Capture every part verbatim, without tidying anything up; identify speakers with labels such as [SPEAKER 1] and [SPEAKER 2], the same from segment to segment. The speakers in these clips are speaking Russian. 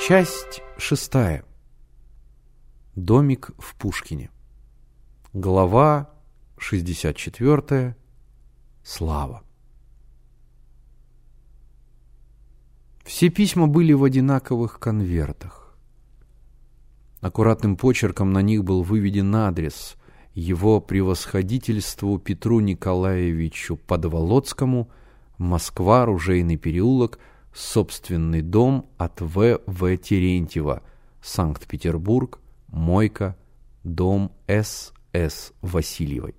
[SPEAKER 1] Часть шестая. Домик в Пушкине. Глава шестьдесят четвертая. Слава. Все письма были в одинаковых конвертах. Аккуратным почерком на них был выведен адрес его превосходительству Петру Николаевичу Подволоцкому, Москва, Ружейный переулок, собственный дом от В. В. Терентьева, Санкт-Петербург, Мойка, дом С. С. Васильевой.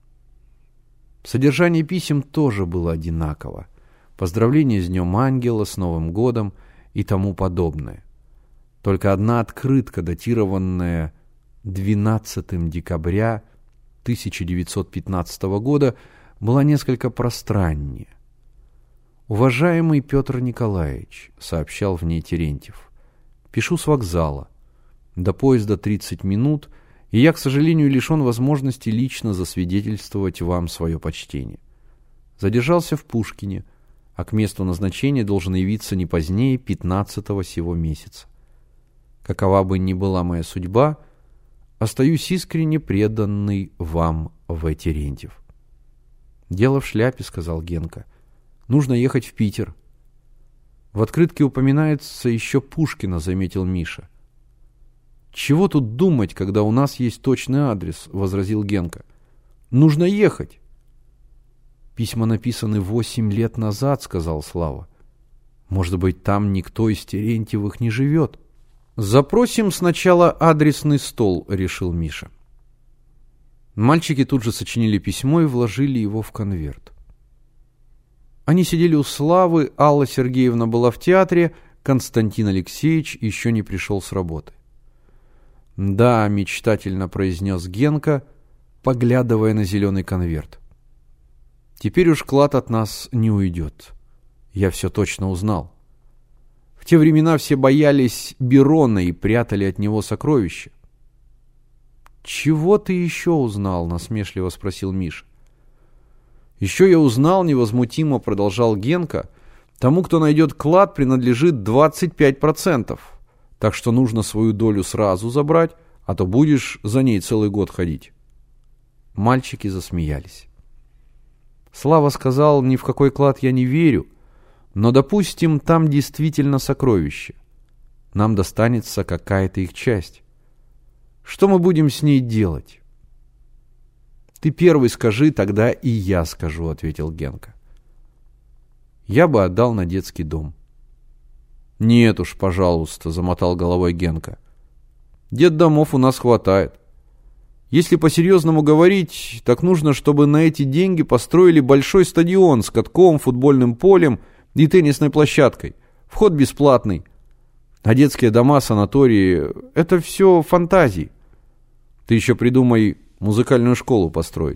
[SPEAKER 1] Содержание писем тоже было одинаково. Поздравления с Днем Ангела, с Новым годом и тому подобное. Только одна открытка, датированная двенадцатого декабря тысяча девятьсот пятнадцатого года, была несколько пространнее. «Уважаемый Петр Николаевич», — сообщал в ней Терентьев, — «пишу с вокзала. До поезда тридцать минут, и я, к сожалению, лишен возможности лично засвидетельствовать вам свое почтение. Задержался в Пушкине, а к месту назначения должен явиться не позднее пятнадцатого сего месяца. Какова бы ни была моя судьба, остаюсь искренне преданный вам, В. Терентьев». «Дело в шляпе», — сказал Генка. «Нужно ехать в Питер». «В открытке упоминается еще Пушкина», — заметил Миша. «Чего тут думать, когда у нас есть точный адрес?» — возразил Генка. «Нужно ехать». «Письма написаны восемь лет назад», — сказал Слава. «Может быть, там никто из Терентьевых не живет?» «Запросим сначала адресный стол», — решил Миша. Мальчики тут же сочинили письмо и вложили его в конверт. Они сидели у Славы, Алла Сергеевна была в театре, Константин Алексеевич еще не пришел с работы. «Да», — мечтательно произнес Генка, поглядывая на зеленый конверт. «Теперь уж клад от нас не уйдет. Я все точно узнал. В те времена все боялись Берона и прятали от него сокровища». «Чего ты еще узнал?» — насмешливо спросил Миша. «Еще я узнал, — невозмутимо продолжал Генка, — тому, кто найдет клад, принадлежит двадцать пять процентов. Так что нужно свою долю сразу забрать, а то будешь за ней целый год ходить». Мальчики засмеялись. Слава сказал: «Ни в какой клад я не верю, но, допустим, там действительно сокровище. Нам достанется какая-то их часть. Что мы будем с ней делать?» «Ты первый скажи, тогда и я скажу», — ответил Генка. «Я бы отдал на детский дом». «Нет уж, пожалуйста», — замотал головой Генка. «Детдомов у нас хватает. Если по-серьезному говорить, так нужно, чтобы на эти деньги построили большой стадион с катком, футбольным полем и теннисной площадкой. Вход бесплатный. А детские дома, санатории — это все фантазии. Ты еще придумай музыкальную школу построить».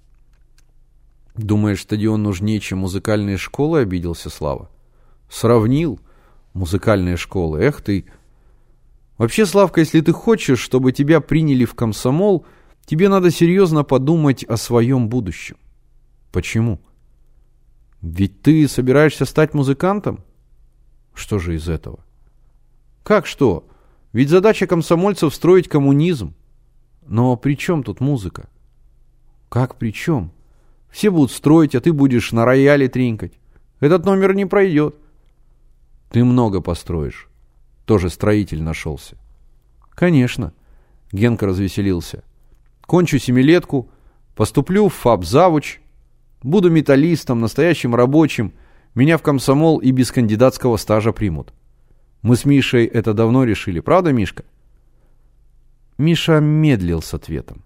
[SPEAKER 1] «Думаешь, стадион нужнее, чем музыкальные школы?» — обиделся Слава. «Сравнил музыкальные школы. Эх ты! Вообще, Славка, если ты хочешь, чтобы тебя приняли в комсомол, тебе надо серьезно подумать о своем будущем». «Почему?» «Ведь ты собираешься стать музыкантом?» «Что же из этого?» «Как что? Ведь задача комсомольцев — строить коммунизм. Но при чем тут музыка?» «Как при чем? Все будут строить, а ты будешь на рояле тринкать. Этот номер не пройдет». «Ты много построишь». Тоже строитель нашелся. «Конечно». Генка развеселился. «Кончу семилетку, поступлю в фабзавуч, буду металлистом, настоящим рабочим, меня в комсомол и без кандидатского стажа примут. Мы с Мишей это давно решили, правда, Мишка?» Миша медлил с ответом.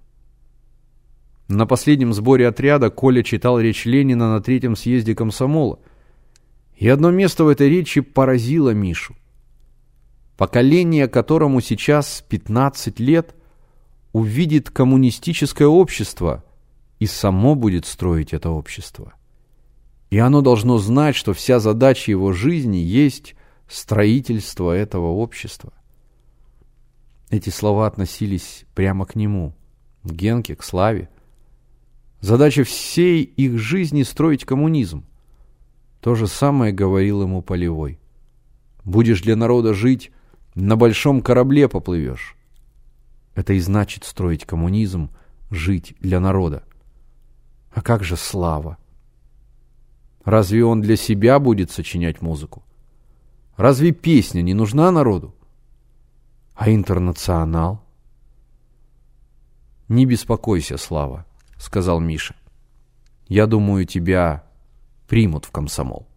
[SPEAKER 1] На последнем сборе отряда Коля читал речь Ленина на третьем съезде комсомола. И одно место в этой речи поразило Мишу. Поколение, которому сейчас пятнадцать лет, увидит коммунистическое общество и само будет строить это общество. И оно должно знать, что вся задача его жизни есть строительство этого общества. Эти слова относились прямо к нему, к Генке, к Славе. Задача всей их жизни — строить коммунизм. То же самое говорил ему Полевой. Будешь для народа жить, На большом корабле поплывешь. Это и значит строить коммунизм, жить для народа. А как же Слава? Разве он для себя будет сочинять музыку? Разве песня не нужна народу? А Интернационал? Не беспокойся, Слава, сказал Миша. Я думаю, тебя примут в комсомол.